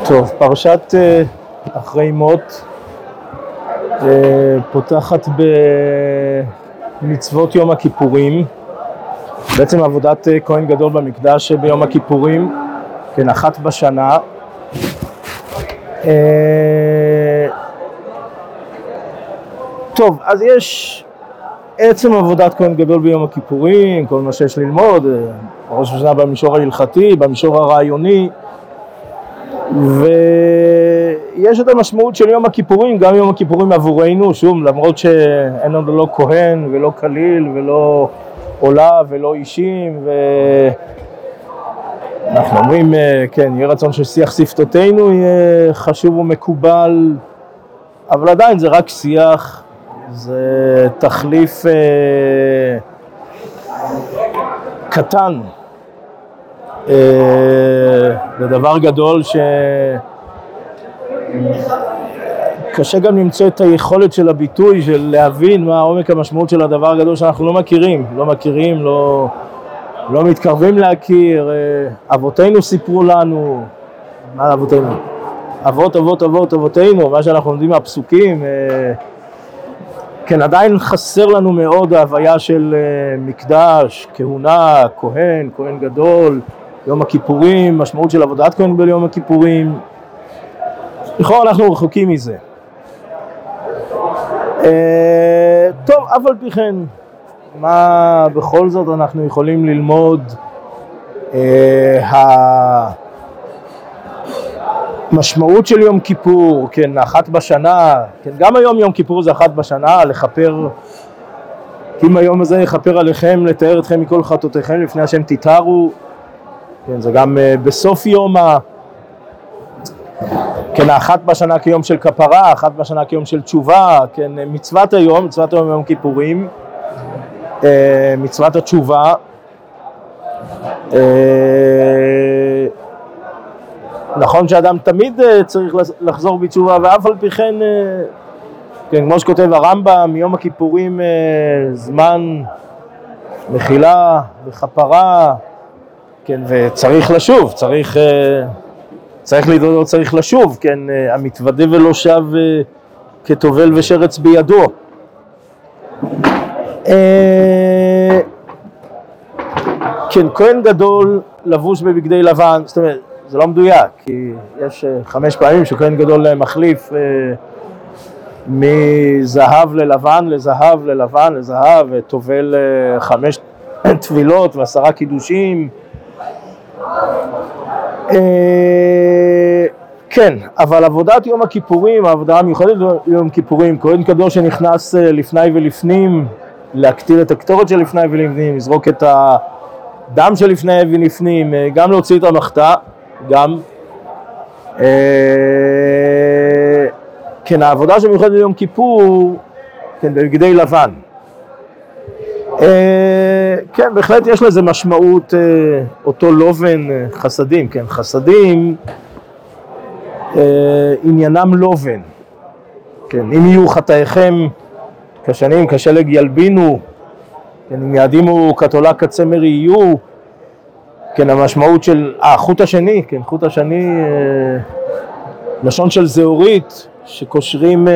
טוב, פרשת אחרי מות פותחת במצוות יום הכיפורים, בעצם עבודת כהן גדול במקדש ביום הכיפורים, כן, אחת בשנה. טוב, אז יש עצם עבודת כהן גדול ביום הכיפורים, כל מה שיש ללמוד, ראש השנה במישור ההלכתי, במישור הרעיוני, ויש את המשמעות של יום הכיפורים, גם יום הכיפורים עבורנו, שוב, למרות שאין לנו לא כהן ולא כליל ולא עולה ולא אישים, ואנחנו אומרים, כן, יהיה רצון ששיח שפתותינו יהיה חשוב ומקובל, אבל עדיין זה רק שיח, זה תחליף קטן לדבר גדול שקשה גם למצוא את היכולת של הביטוי, של להבין מה עומק המשמעות של הדבר הגדול שאנחנו לא מכירים, לא מתקרבים להכיר. אבותינו סיפרו לנו, מה אבותינו? אבותינו, מה שאנחנו לומדים מהפסוקים, כן, עדיין חסר לנו מאוד ההוויה של מקדש, כהונה, כהן גדול, יום הכיפורים, משמעות של עבודת כהן ביום הכיפורים. לכאורה אנחנו רחוקים מזה. טוב, אף על פי כן, מה בכל זאת אנחנו יכולים ללמוד המשמעות של יום כיפור, כן, אחת בשנה, כן, גם היום יום כיפור זה אחת בשנה, לכפר, אם היום הזה יכפר עליכם, לתאר אתכם מכל חטאותיכם לפני השם תתארו, כן, זה גם בסוף יום, כן, האחת בשנה כיום של כפרה, אחת בשנה כיום של תשובה, כן, מצוות היום יום כיפורים, מצוות התשובה, נכון שאדם תמיד צריך לחזור בתשובה, ואף על פי כן, כן, כמו שכותב הרמב"ם, יום הכיפורים זמן מחילה וכפרה, כן, וצריך לשוב, צריך להתוודות, צריך לשוב, כן, המתוודה ולא שב כטובל ושרץ בידו. כן, כהן גדול לבוש בבגדי לבן, זאת אומרת, זה לא מדויק, כי יש 5 פעמים שכהן גדול מחליף מזהב ללבן, לזהב, וטובל 5 תפילות ו10 קידושים. כן, אבל עבודת יום הכיפורים, העבודה המיוחדת יום כיפורים, כהן גדול שנכנס לפני ולפנים, להקטיר את הקטורת של לפני ולפנים, לזרוק את הדם של לפני ולפנים, גם להוציא את המחתה, גם כן, העבודה שמיוחדת ביום כיפור, כן, בבגדי לבן, כן, בהחלט יש לזה משמעות, אותו לובן, חסדים, כן, חסדים עניינם לובן, כן, אם יהיו חטאיכם כשנים כשלג ילבינו, כן, אם יעדימו כתולה כצמר יהיו, כן, המשמעות של, חוט השני, כן, חוט השני, לשון של זהורית, שקושרים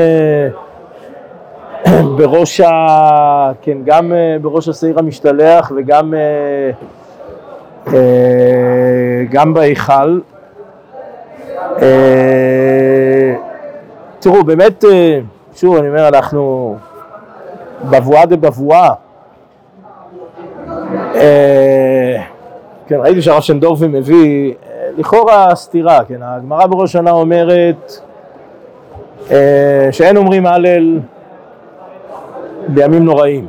בראש כן, גם בראש השעיר המשתלח וגם גם בהיכל. תראו, באמת, שוב, אני אומר, אנחנו בבואה דבבואה, כן, ראיתי שהרב שנדורפי מביא לכאורה סתירה, כן, הגמרא בראש השנה אומרת שאין אומרים הלל בימים נוראים.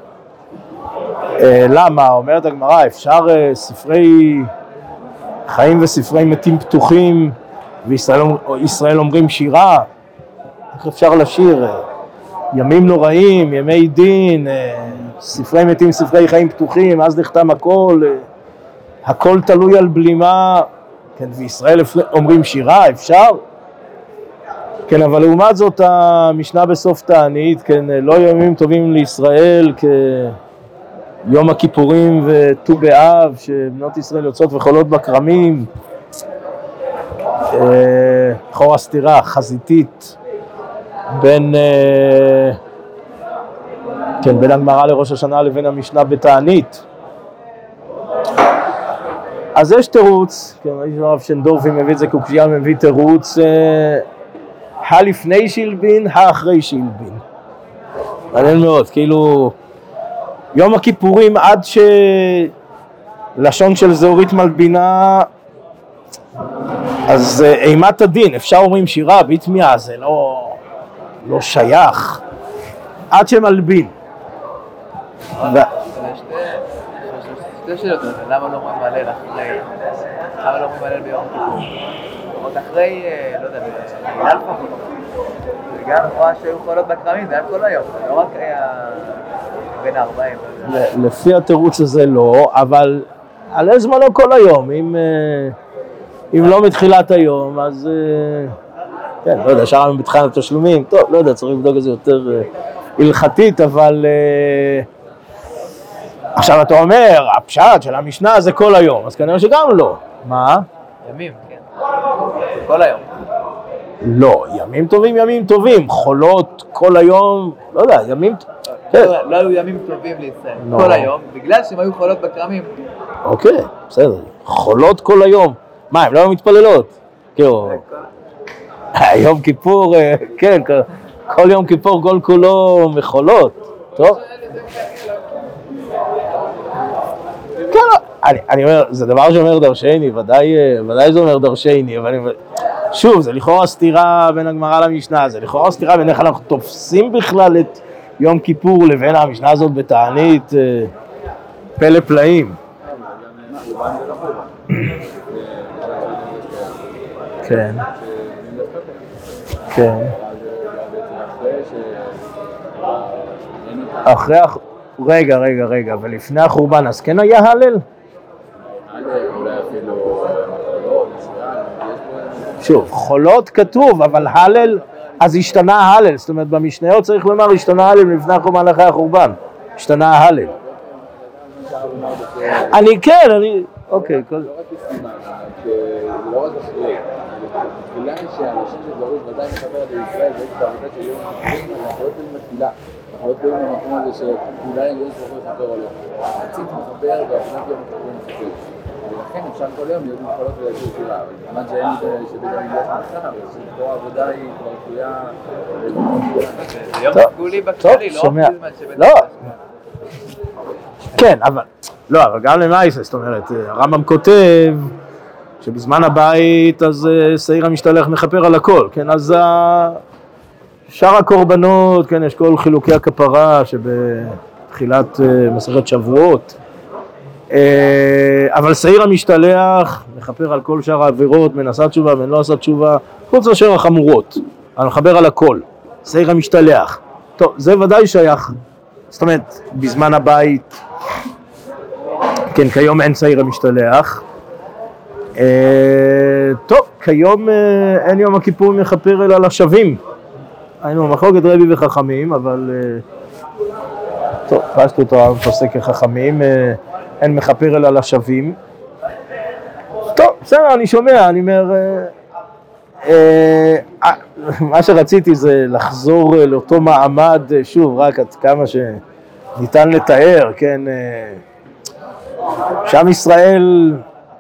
למה? אומרת הגמרא, אפשר ספרי חיים וספרי מתים פתוחים, וישראל אומרים שירה, איך אפשר לשיר? ימים נוראים, ימי דין, ספרי מתים, ספרי חיים פתוחים, אז נחתם הכל תלוי על בלימה, כן, וישראל אומרים שירה, אפשר? כן, אבל לעומת זאת המשנה בסוף תענית, כן, לא ימים טובים לישראל כיום הכיפורים וט"ו באב, שבנות ישראל יוצאות וחולות בכרמים, לכאורה סתירה חזיתית בין בין הגמרא לראש השנה לבין המשנה בתענית. אז יש תירוץ, הרב שנדורפי מביא את זה כקושייה, מביא תירוץ, לפני שילבין, אחרי שילבין. מעניין מאוד, כאילו יום הכיפורים עד שלשון של זהורית מלבינה, אז אימת הדין, אפשר אומרים שירה, בתמיהה, זה לא שייך, עד שמלבין. שתי שאלות, למה לא אומרים הלל אחרי? למה לא אומרים הלל ביום כיפור? עוד אחרי, לא יודע, בגלל פחות. וגם רואה שהיו חולות בכרמים, זה היה כל היום, לא רק היה בין 40. לפי התירוץ הזה לא, אבל על איזה זמן לא כל היום, אם לא מתחילת היום, אז כן, לא יודע, שרם בתחילת התשלומים, טוב, לא יודע, צריך לבדוק את זה יותר הלכתית, אבל עכשיו אתה אומר, הפשט של המשנה זה כל היום, אז כנראה שגם לא. מה? ימים, כן. כל היום. לא, ימים טובים, חולות כל היום, לא יודע, ימים... לא היו ימים טובים לישראל, כל היום, בגלל שהם היו חולות בכרמים. אוקיי, בסדר, חולות כל היום. מה, הם לא היו מתפללות? כאילו, יום כיפור, כן, כל יום כיפור כל כולו מחולות, טוב? אני אומר, זה דבר שאומר דרשני, ודאי זה אומר דרשני, אבל שוב, זה לכאורה סתירה בין הגמרא למשנה, זה לכאורה סתירה בין איך אנחנו תופסים בכלל את יום כיפור לבין המשנה הזאת בתענית, פלא פלאים. כן. כן. אחרי רגע, ולפני החורבן, אז כן היה הלל? שוב, חולות כתוב, אבל הלל, אז השתנה הלל, זאת אומרת, במשניות צריך לומר, השתנה הלל לפני החורבן אחרי החורבן, השתנה הלל. אוקיי, לא רק בסימן, לא רק אחרי, בגלל שהאנשים של זרות ודאי מחברת לישראל, ויש את העבודה של יום הכיפורים, אנחנו לא תלויים בתפילה, אנחנו לא תלויים במקום הזה שאולי אני לא יספר לחבר או לא. העצית מחבר והעבודת יום הכיפורים מחבר. ולכן אפשר כל יום להיות מוכלות ולהשאיר שירה, אבל כמובן שאין שבית המקדש נחשב, אז פה העבודה היא כבר תלויה... זה יום סגולי בכללי, לא בזמן שבית המקדש. כן, אבל גם למעשה, זאת אומרת, הרמב"ם כותב שבזמן הבית אז שעיר המשתלח מכפר על הכל, כן, אז שאר הקורבנות, כן, יש כל חילוקי הכפרה שבתחילת מסכת שבועות, אבל שעיר המשתלח מכפר על כל שאר העבירות, בין עשה תשובה, בין לא עשה תשובה, חוץ מאשר החמורות, אבל מכפר על הכל, שעיר המשתלח. טוב, זה ודאי שייך, זאת אומרת, בזמן הבית, כן, כיום אין שעיר המשתלח. טוב, כיום אין יום הכיפור מכפר אלא לשווים. היינו מחלוקת רבי וחכמים, אבל טוב, פשטות הרב פוסק כחכמים, אין מכפר אלא לשווים. טוב, בסדר, אני שומע, אני אומר, מה שרציתי זה לחזור לאותו מעמד, שוב, רק עד כמה שניתן לתאר, כן, שעם ישראל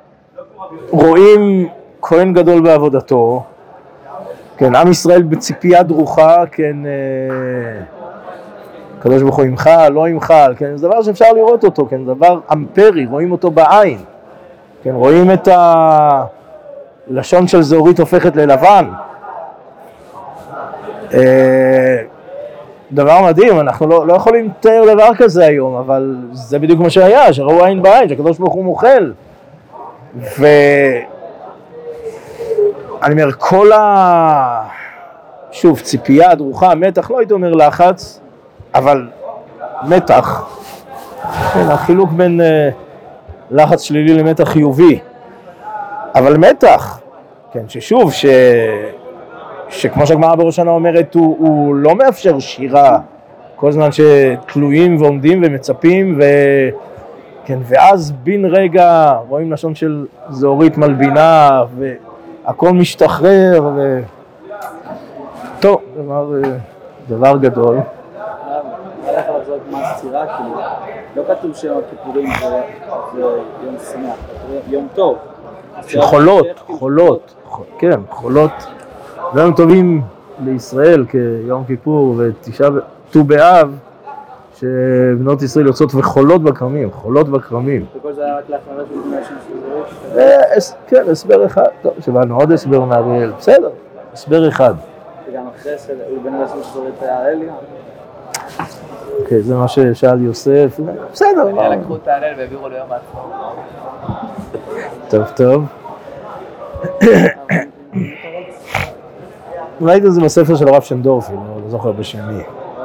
רואים כהן גדול בעבודתו, כן, עם ישראל בציפייה דרוכה, כן, הקדוש ברוך הוא ימחל, לא ימחל, כן, זה דבר שאפשר לראות אותו, כן, דבר אמפרי, רואים אותו בעין, כן, רואים את הלשון של זהורית הופכת ללבן, דבר מדהים, אנחנו לא יכולים לתאר דבר כזה היום, אבל זה בדיוק מה שהיה, שראו עין בעין, שהקדוש ברוך הוא מוחל. ואני אומר, כל שוב, ציפייה, דרוכה, מתח, לא הייתי אומר לחץ, אבל מתח, כן, החילוק בין לחץ שלילי למתח חיובי, אבל מתח, כן, ששוב, שכמו שהגמרא בראש השנה אומרת, הוא לא מאפשר שירה, כל זמן שתלויים ועומדים ומצפים, כן, ואז בין רגע רואים לשון של זהורית מלבינה, הכל משתחרר, טוב, דבר גדול. היה לך לחזור מה הסצירה, כאילו, לא כתוב שיום הכיפורים זה יום שמח, יום טוב. חולות, כן, חולות, ויום טובים לישראל כיום כיפור וט"ו באב, שבנות ישראל יוצאות וחולות בכרמים, וכל זה היה רק להחמרה של בני השם שזורים? כן, הסבר אחד, טוב, שבאנו עוד הסבר מאריאל, בסדר, הסבר אחד. וגם אחרי הוא בן השם שזורים את ההלל גם? אוקיי, זה מה ששאל יוסף, בסדר. לקחו את ההלל והעבירו ליום העצמאות. טוב. ראיתי את זה בספר של הרב שנדורפי, לא זוכר בשמי.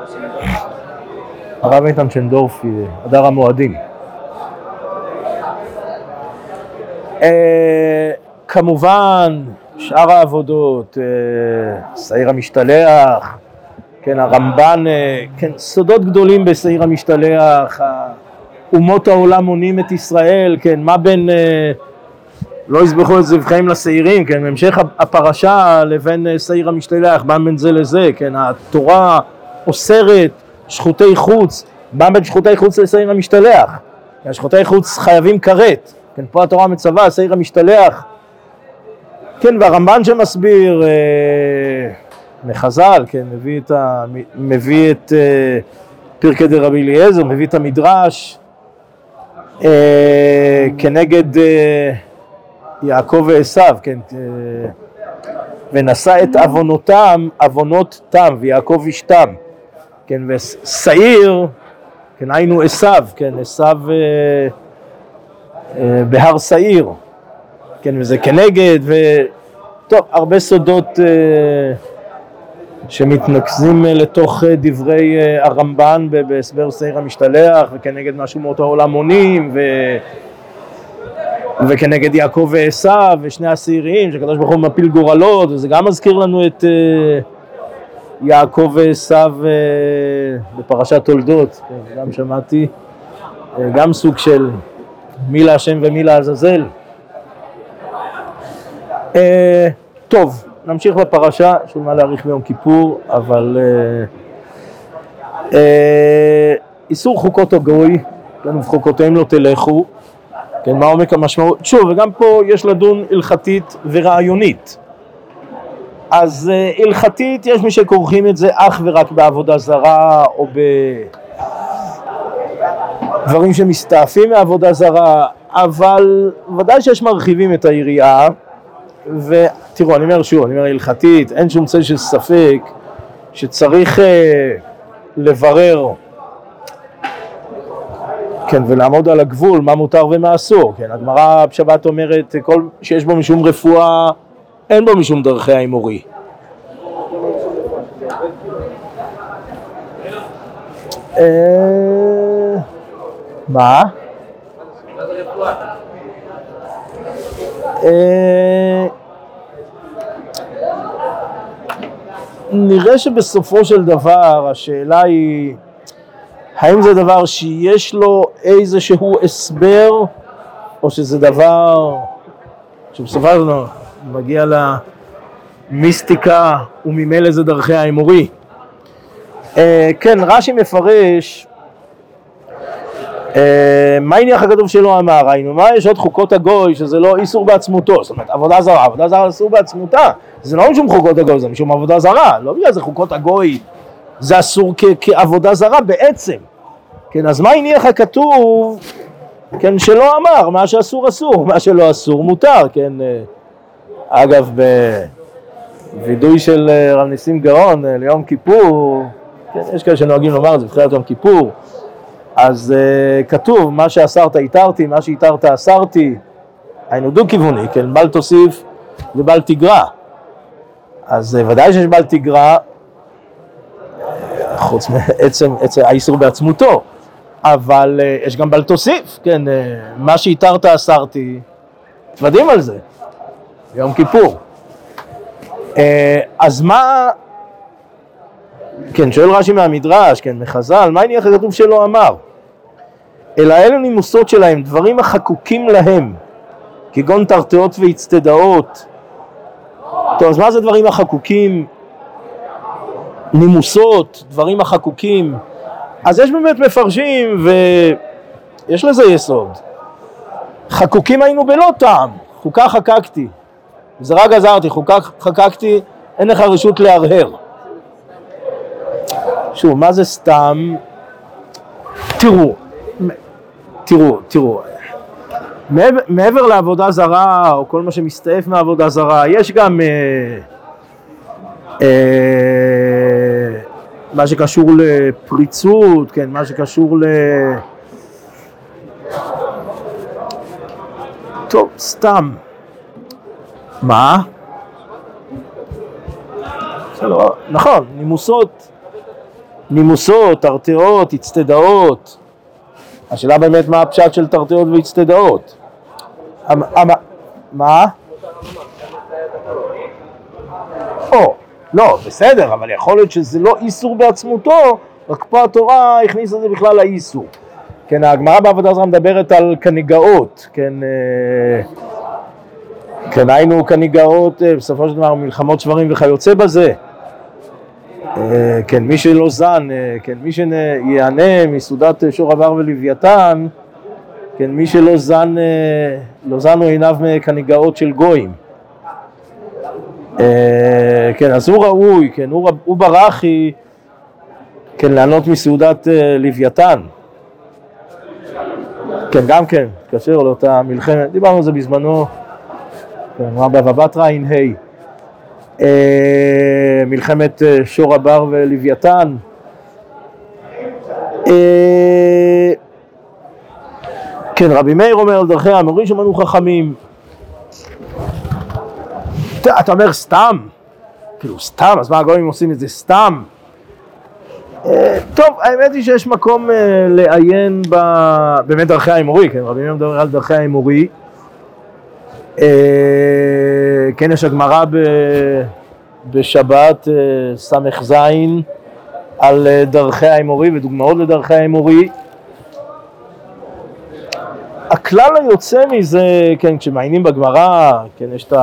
הרב איתן שנדורפי, הדר המועדים. כמובן, שאר העבודות, שעיר המשתלח, כן, הרמב"ן, כן, סודות גדולים בשעיר המשתלח, אומות העולם מונים את ישראל, כן, מה בין, לא יסבכו את זבחיהם לשעירים, כן, המשך הפרשה לבין שעיר המשתלח, מה בין זה לזה, כן, התורה אוסרת שחוטי חוץ, מה בין שחוטי חוץ לשעיר המשתלח, כן, שחוטי חוץ חייבים כרת, כן, פה התורה מצווה, שעיר המשתלח, כן, והרמב"ן שמסביר, מחז"ל, כן, מביא את פרקי דרבי אליעזר, מביא את המדרש כנגד יעקב ועשיו, כן, ונשא את עוונותם, עוונותם, ויעקב אשתם, כן, ושעיר, כן, היינו עשיו, כן, עשיו בהר שעיר, כן, וזה כנגד, וטוב, הרבה סודות שמתנקזים לתוך דברי הרמב"ן בהסבר שעיר המשתלח, וכנגד משהו מאותו העולם מונים, וכנגד יעקב ועשיו ושני השעירים שקדוש ברוך הוא מפיל גורלות, וזה גם מזכיר לנו את יעקב ועשיו בפרשת תולדות, גם שמעתי, גם סוג של מי להשם ומי לעזאזל. טוב, נמשיך בפרשה, יש מה להאריך ביום כיפור, אבל איסור חוקות הגוי, כן, ובחוקותיהם לא תלכו, כן, מה עומק המשמעות? שוב, וגם פה יש לדון הלכתית ורעיונית. אז הלכתית יש מי שכורכים את זה אך ורק בעבודה זרה, או בדברים שמסתעפים מעבודה זרה, אבל ודאי שיש מרחיבים את היריעה, ותראו, אני אומר שוב, אני אומר הלכתית, אין שום צל של ספק שצריך לברר, כן, ולעמוד על הגבול, מה מותר ומה אסור, כן, הגמרא בשבת אומרת, כל שיש בו משום רפואה, אין בו משום דרכי האמורי. מה? נראה שבסופו של דבר השאלה היא האם זה דבר שיש לו איזשהו הסבר, או שזה דבר שבסופו של דבר מגיע למיסטיקה וממילא זה דרכי האמורי. כן, רש"י מפרש, מה הניח הכתוב שלא אמר? היינו, מה יש עוד חוקות הגוי שזה לא איסור בעצמותו? זאת אומרת, עבודה זרה אסור בעצמותה, זה לא משום חוקות הגוי, זה משום עבודה זרה, לא בגלל זה חוקות הגוי זה אסור כעבודה זרה בעצם. כן, אז מה הניח הכתוב, כן, שלא אמר, מה שאסור אסור, מה שלא אסור מותר, כן. אגב, בווידוי של רב ניסים גאון ליום כיפור, כן, יש כאלה שנוהגים לומר את זה בתחילת יום כיפור, אז כתוב, מה שאסרת התרתי, מה שהתרת אסרתי, היינו דו כיווני, כן, בל תוסיף ובל תגרע. אז ודאי שיש בל תגרע, חוץ מעצם האיסור בעצמותו, אבל יש גם בל תוסיף, כן, מה שהתרת אסרתי, תוודים על זה, יום כיפור. אז מה, כן, שואל רש"י מהמדרש, כן, מחז"ל, מה הניח הכתוב שלא אמר? אלא אלו נימוסות שלהם, דברים החקוקים להם, כגון תרתעות והצטדעות, טוב, אז מה זה דברים החקוקים? נימוסות, דברים החקוקים. אז יש באמת מפרשים ויש לזה יסוד. חקוקים היינו בלא טעם, חוקה חקקתי. זרע גזרתי, חוקה חקקתי, אין לך רשות להרהר. שוב, מה זה סתם? תראו. מעבר לעבודה זרה, או כל מה שמסתעף מעבודה זרה, יש גם מה שקשור לפריצות, כן, מה שקשור טוב, סתם. מה? נכון, נימוסות, תרתעות, הצטדאות. השאלה באמת מה הפשט של תרתעות והצטדאות. מה? לא, בסדר, אבל יכול להיות שזה לא איסור בעצמותו, רק פה התורה הכניסה את זה בכלל לאיסור. כן, הגמרא בעבודה זרה מדברת על כנגעות, כן, היינו כנגעות, בסופו של דבר מלחמות שברים וכיוצא בזה. כן, מי שלא זן, כן, מי שיענה מסעודת שור עבר ולוויתן, כן, מי שלא זן, לא זנו עיניו כנגעות של גויים. כן, אז הוא ראוי, כן, הוא ברכי, כן, לענות מסעודת לוויתן. כן, גם כן, קשר לאותה מלחמת, דיברנו על זה בזמנו, כן, בבא בתרא ע"ה. מלחמת שור הבר ולוויתן. כן, רבי מאיר אומר על דרכי האמורי שמענו חכמים. אתה אומר סתם? כאילו סתם, אז מה הגויים עושים את זה סתם? טוב, האמת היא שיש מקום לעיין באמת דרכי האמורי, כן, רבי מאיר מדבר על דרכי האמורי. כן, יש הגמרא בשבת סמך זין על דרכי האמורי ודוגמאות לדרכי האמורי. הכלל היוצא מזה, כן, כשמעיינים בגמרא, כן, יש את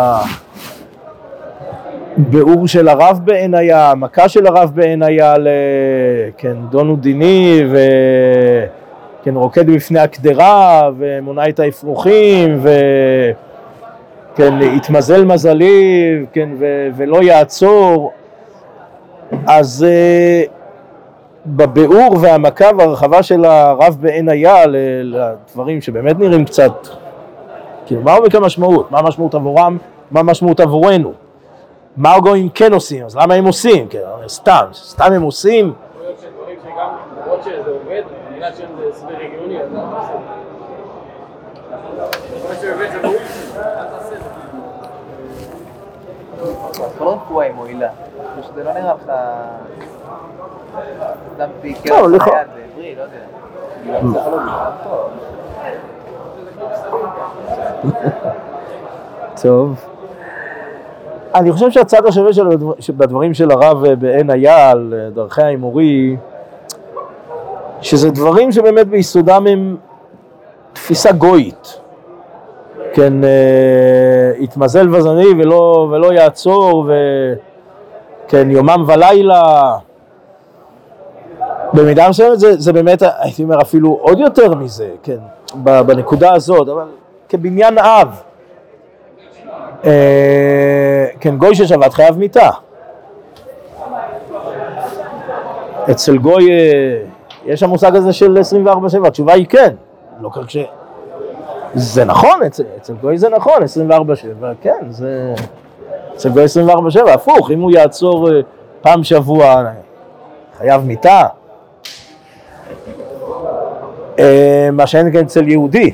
הביאור של הרב בעיניה, המכה של הרב בעיניה כן, דונו דיני וכן, רוקד בפני הקדרה ומונה את האפרוחים כן, התמזל מזלי, כן, ולא יעצור. אז בביאור והמכה והרחבה של הרב בעיניה לדברים שבאמת נראים קצת, כאילו, מה עומק המשמעות? מה המשמעות עבורם? מה המשמעות עבורנו? מה הגויים כן עושים? אז למה הם עושים? כן, סתם הם עושים? יכול להיות שדברים שגם, למרות שזה עובד, בגלל שזה סדר רגיוני, אז לא עושה. יכול להיות שעובד זה מועיל, אל תעשה את זה. אז כל רפואה היא מועילה, שזה לא נראה לך אדם פיקר ביד בעברי, לא יודע. טוב. אני חושב שהצד השווה בדברים של הרב בעין היה על דרכי האמורי, שזה דברים שבאמת ביסודם הם תפיסה גויית. כן, התמזל וזני ולא יעצור, וכן, יומם ולילה. במידה מסוימת זה באמת, הייתי אומר אפילו עוד יותר מזה, כן, בנקודה הזאת, אבל כבניין אב. כן, גוי ששבת חייב מיתה. אצל גוי יש המושג הזה של 24/7, התשובה היא כן, לא כך זה נכון, אצל גוי זה נכון, 24/7, כן, זה אצל גוי 24/7, הפוך, אם הוא יעצור פעם שבוע, חייב מיתה. מה שאין כן אצל יהודי.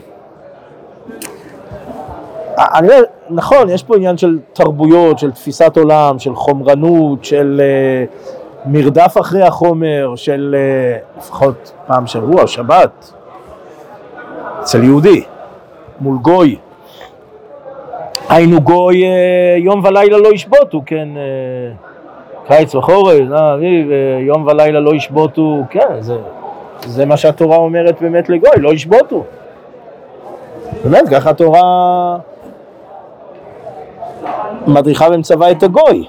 אני אומר, נכון, יש פה עניין של תרבויות, של תפיסת עולם, של חומרנות, של מרדף אחרי החומר, של לפחות פעם שבוע, שבת, אצל יהודי, מול גוי. היינו גוי יום ולילה לא ישבותו, כן, קיץ וחורף, יום ולילה לא ישבותו, כן, זה מה שהתורה אומרת באמת לגוי, לא ישבותו. באמת, ככה התורה מדריכה ומצווה את הגוי.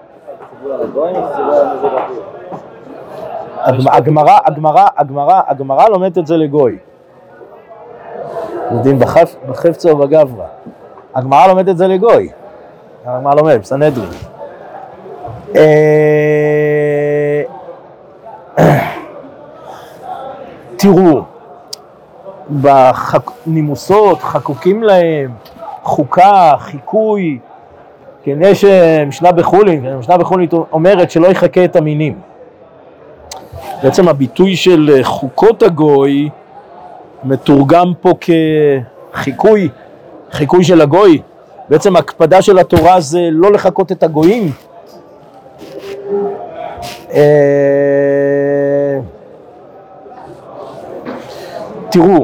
הגמרא לומדת את זה לגוי. יודעים בחפצה ובגברא. הגמרא לומדת את זה לגוי. הגמרא לומדת, בסנהדרין. תראו, בנימוסות חקוקים להם חוקה, חיקוי, כן, יש משנה בחולין, משנה בחולין אומרת שלא יחכה את המינים. בעצם הביטוי של חוקות הגוי מתורגם פה כחיקוי, חיקוי של הגוי. בעצם הקפדה של התורה זה לא לחכות את הגויים. תראו,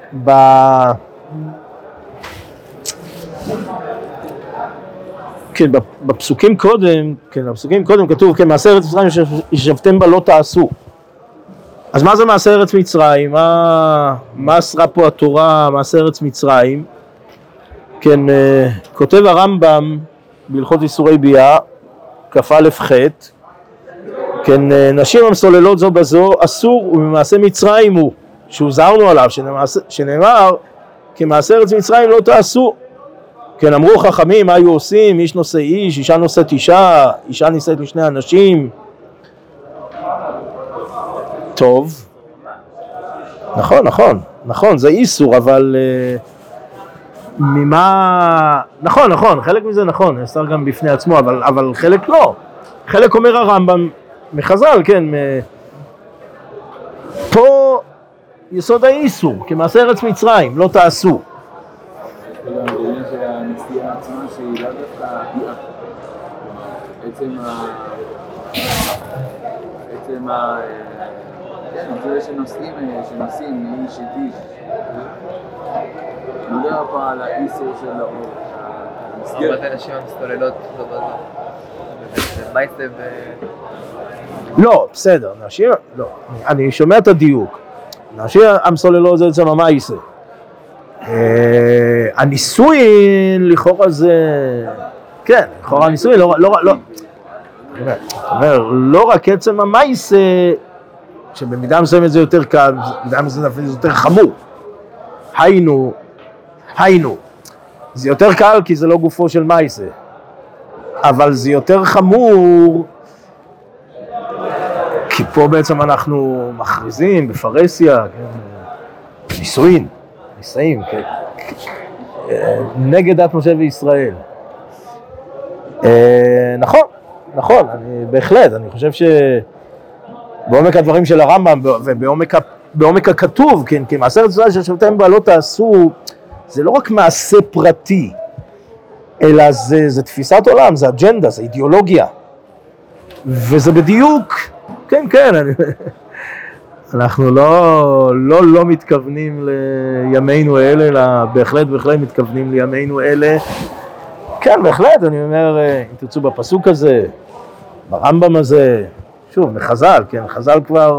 כן, בפסוקים קודם, כתוב, כן, מעשה ארץ מצרים ישבתם בה לא תעשו. אז מה זה מעשה ארץ מצרים? מה אסרה פה התורה, מעשה ארץ מצרים? כן, כותב הרמב"ם בהלכות איסורי ביאה, כ"א ח', כן, נשים המסוללות זו בזו אסור ובמעשה מצרים הוא, שהוזהרנו עליו, שנאמר, כמעשה ארץ מצרים לא תעשו. כן, אמרו חכמים, מה היו עושים? איש נושא איש, אישה נושאת אישה, אישה נישאת לשני אנשים. טוב, נכון, זה איסור, אבל ממה... נכון, חלק מזה נכון, נאסר גם בפני עצמו, אבל חלק לא. חלק אומר הרמב"ם מחז"ל, כן, פה יסוד האיסור, כמעשה ארץ מצרים, לא תעשו. וגם בעניין של הנסיעה עצמה שהיא לא דווקא פגיעה. עצם כן, זה שנוסעים מאיש את איש. נדבר פה על האיסור של האור. הרבה אנשים המסתוללות לא בזו. זה מייסב... לא, בסדר, נשים... לא, אני שומע את הדיוק. נשים המסוללות זה אצל המייסה. הנישואין לכאורה זה... כן, לכאורה הנישואין לא רק עצם המייסה, שבמידה מסוימת זה יותר קל, במידה מסוימת זה יותר חמור. היינו, זה יותר קל כי זה לא גופו של מייסה, אבל זה יותר חמור כי פה בעצם אנחנו מכריזים בפרהסיה, נישואין, נגד דת משה וישראל. נכון, בהחלט, אני חושב שבעומק הדברים של הרמב"ם ובעומק הכתוב, כן, כי מעשה ארץ מצרים שישבתם בה לא תעשו, זה לא רק מעשה פרטי, אלא זה תפיסת עולם, זה אג'נדה, זה אידיאולוגיה. וזה בדיוק, כן, אנחנו לא מתכוונים לימינו אלה, אלא בהחלט מתכוונים לימינו אלה. כן, בהחלט, אני אומר, אם תרצו בפסוק הזה, ברמב"ם הזה, שוב, מחז"ל, כן, חז"ל כבר,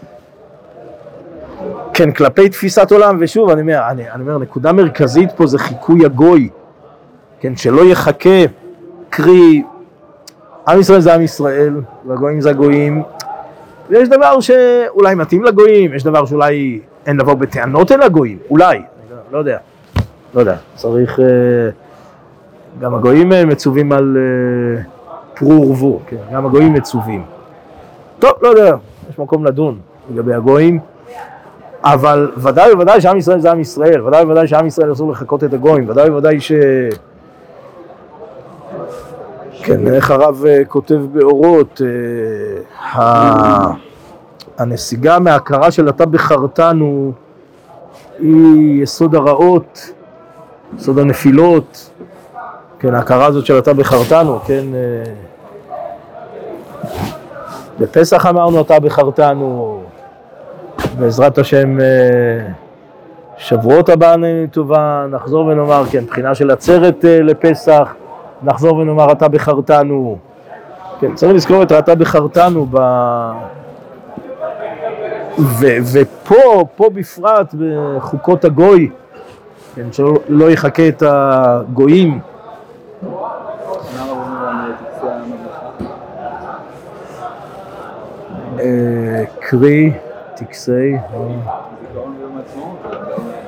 כן, כלפי תפיסת עולם, ושוב, אני אומר, נקודה מרכזית פה זה חיקוי הגוי, כן, שלא יחכה, קרי, עם ישראל זה עם ישראל, והגויים זה הגויים, ויש דבר שאולי מתאים לגויים, יש דבר שאולי אין לבוא בטענות אל הגויים, אולי, לא יודע, צריך, גם הגויים מצווים על פרו ורבו, כן, גם הגויים מצווים. טוב, לא יודע, יש מקום לדון לגבי הגויים, אבל ודאי שעם ישראל זה עם ישראל, ודאי שעם ישראל אסור לחכות את הגויים, ודאי ש... כן, איך הרב כותב באורות, הנסיגה מההכרה של אתה בחרתנו היא יסוד הרעות, יסוד הנפילות, כן, ההכרה הזאת של אתה בחרתנו, כן, בפסח אמרנו אתה בחרתנו, בעזרת השם שבועות הבאה טובה, נחזור ונאמר, כן, בחינה של עצרת לפסח, נחזור ונאמר אתה בחרתנו, כן, צריך לזכור את אתה בחרתנו, ופה בפרט בחוקות הגוי, כן, שלא יחכה את הגויים. קרי, טקסי. זיכרון ביום העצמאות.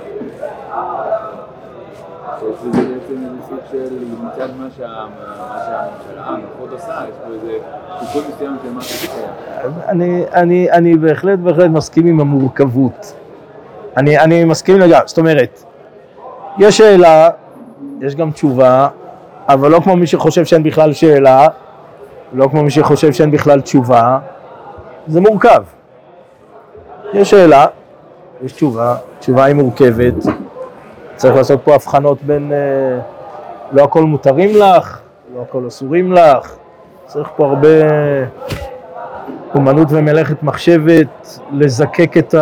יש בזה בעצם איזה סוג של מצד מה שהממשלה, המלכות עושה, יש פה איזה תיקון מסוים של מה שקיים. אני בהחלט מסכים עם המורכבות. אני מסכים לגמרי, זאת אומרת, יש שאלה, יש גם תשובה, אבל לא כמו מי שחושב שאין בכלל שאלה, לא כמו מי שחושב שאין בכלל תשובה, זה מורכב. יש שאלה, יש תשובה, תשובה היא מורכבת, צריך לעשות פה הבחנות בין לא הכל מותרים לך, לא הכל אסורים לך, צריך פה הרבה אומנות ומלאכת מחשבת, לזקק את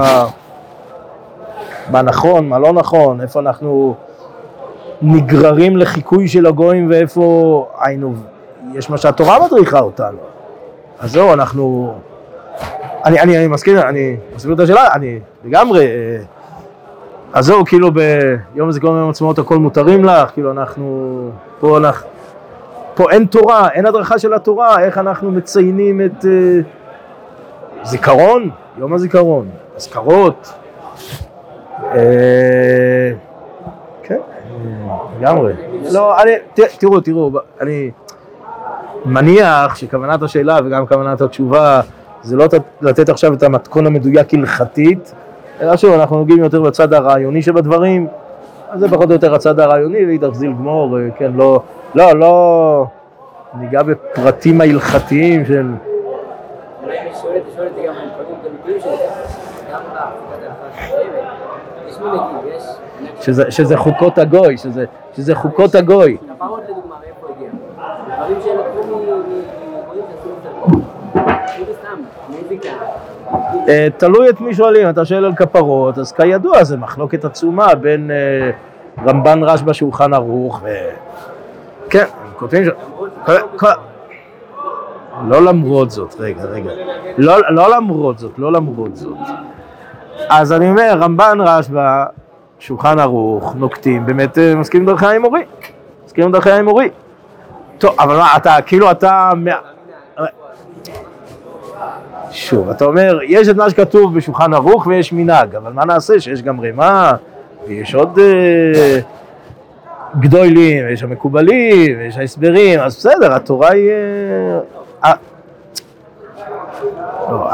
מה נכון, מה לא נכון, איפה אנחנו נגררים לחיקוי של הגויים ואיפה היינו, יש מה שהתורה מדריכה אותנו. אז זהו, אני מסכים, אני מסביר את השאלה, אני לגמרי, אז זהו, כאילו ביום הזיכרון ביום העצמאות הכל מותרים לך, כאילו פה אין תורה, אין הדרכה של התורה, איך אנחנו מציינים את זיכרון, יום הזיכרון, אזכרות, כן, לגמרי. לא, תראו, אני מניח שכוונת השאלה וגם כוונת התשובה זה לא לתת עכשיו את המתכון המדויק הלכתית, אלא שוב, אנחנו נוגעים יותר בצד הרעיוני שבדברים, אז זה פחות או יותר הצד הרעיוני, ואידך זיל גמור, כן, לא ניגע בפרטים ההלכתיים של... אני שואלת גם פרטים גלותיים שלי, גם יש מנהגים, יש... שזה חוקות הגוי, שזה חוקות הגוי. כפרות לדוגמה, מאיפה הגיע? דברים שהם לקחו מגויים שעשו את זה סתם, מוזיקה. תלוי את מי שואלים, אתה שואל על כפרות, אז כידוע זה מחלוקת עצומה בין רמב"ן רשב"א שולחן ערוך כן, הם כותבים לא למרות זאת, רגע, לא למרות זאת. אז אני אומר, רמב"ן רשב"א שולחן ערוך נוקטים, באמת מסכים דרכי האמורי. טוב, אבל מה, אתה שוב, אתה אומר, יש את מה שכתוב בשולחן ערוך ויש מנהג, אבל מה נעשה שיש גם רמה, ויש עוד גדולים, ויש המקובלים, ויש ההסברים, אז בסדר, התורה היא... לא,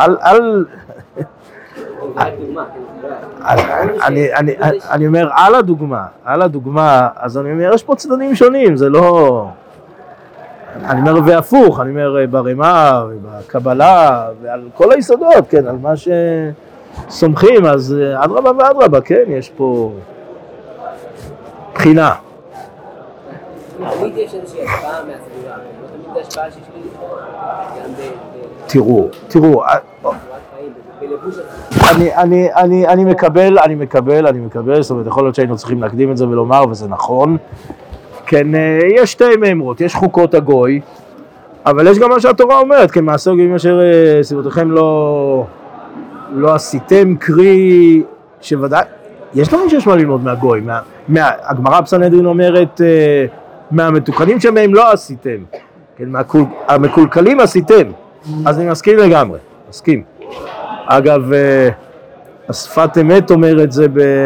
אני אומר, על הדוגמה, אז אני אומר, יש פה צדדים שונים, זה לא... אני אומר והפוך, אני אומר ברמה ובקבלה ועל כל היסודות, כן, על מה שסומכים, אז אדרבה ואדרבה, כן, יש פה בחינה. תמיד יש איזושהי השפעה מהסביבה, לא תמיד זה השפעה שיש לי גם תראו, בלבוש אני מקבל, זאת אומרת, יכול להיות שהיינו צריכים להקדים את זה ולומר, וזה נכון, כן, יש שתי מאמרות, יש חוקות הגוי, אבל יש גם מה שהתורה אומרת, כן, מעשה גויים אשר סביבותיכם לא עשיתם, קרי, שוודאי, יש דברים שיש מה ללמוד מהגוי, הגמרא בסנהדרין אומרת, מהמתוקנים שמהם לא עשיתם, כן, המקולקלים עשיתם, אז אני מסכים לגמרי, מסכים. אגב, השפת אמת אומר את זה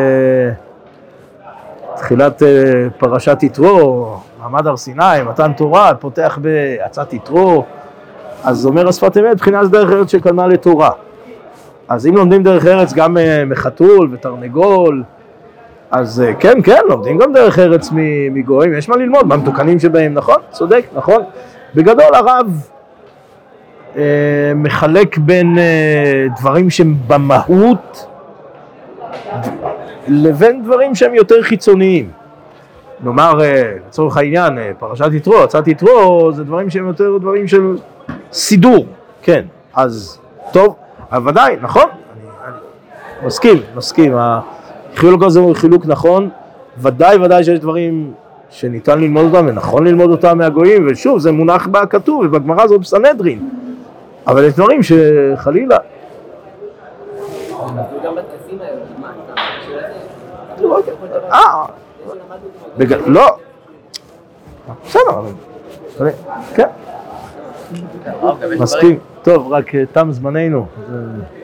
בתחילת פרשת יתרו, מעמד הר סיני, מתן תורה, פותח בעצת יתרו, אז אומר השפת אמת, בחינה זה דרך ארץ שקדמה לתורה. אז אם לומדים דרך ארץ גם מחתול ותרנגול, אז כן, לומדים גם דרך ארץ מגויים, יש מה ללמוד, מה מתוקנים שבהם, נכון? צודק, נכון? בגדול הרב מחלק בין דברים שהם במהות לבין דברים שהם יותר חיצוניים. נאמר, לצורך העניין, פרשת יתרו, הצעת יתרו, זה דברים שהם יותר דברים של סידור, כן, אז טוב, אבל ודאי, נכון? אני מסכים, החילוק הזה הוא חילוק נכון, ודאי שיש דברים שניתן ללמוד אותם ונכון ללמוד אותם מהגויים, ושוב, זה מונח בכתוב ובגמרא הזאת בסנהדרין, אבל יש דברים שחלילה. וגם בטקסים האלה, מה, לא, בסדר, כן, הרב, גם יש מסכים. טוב, רק תם זמננו.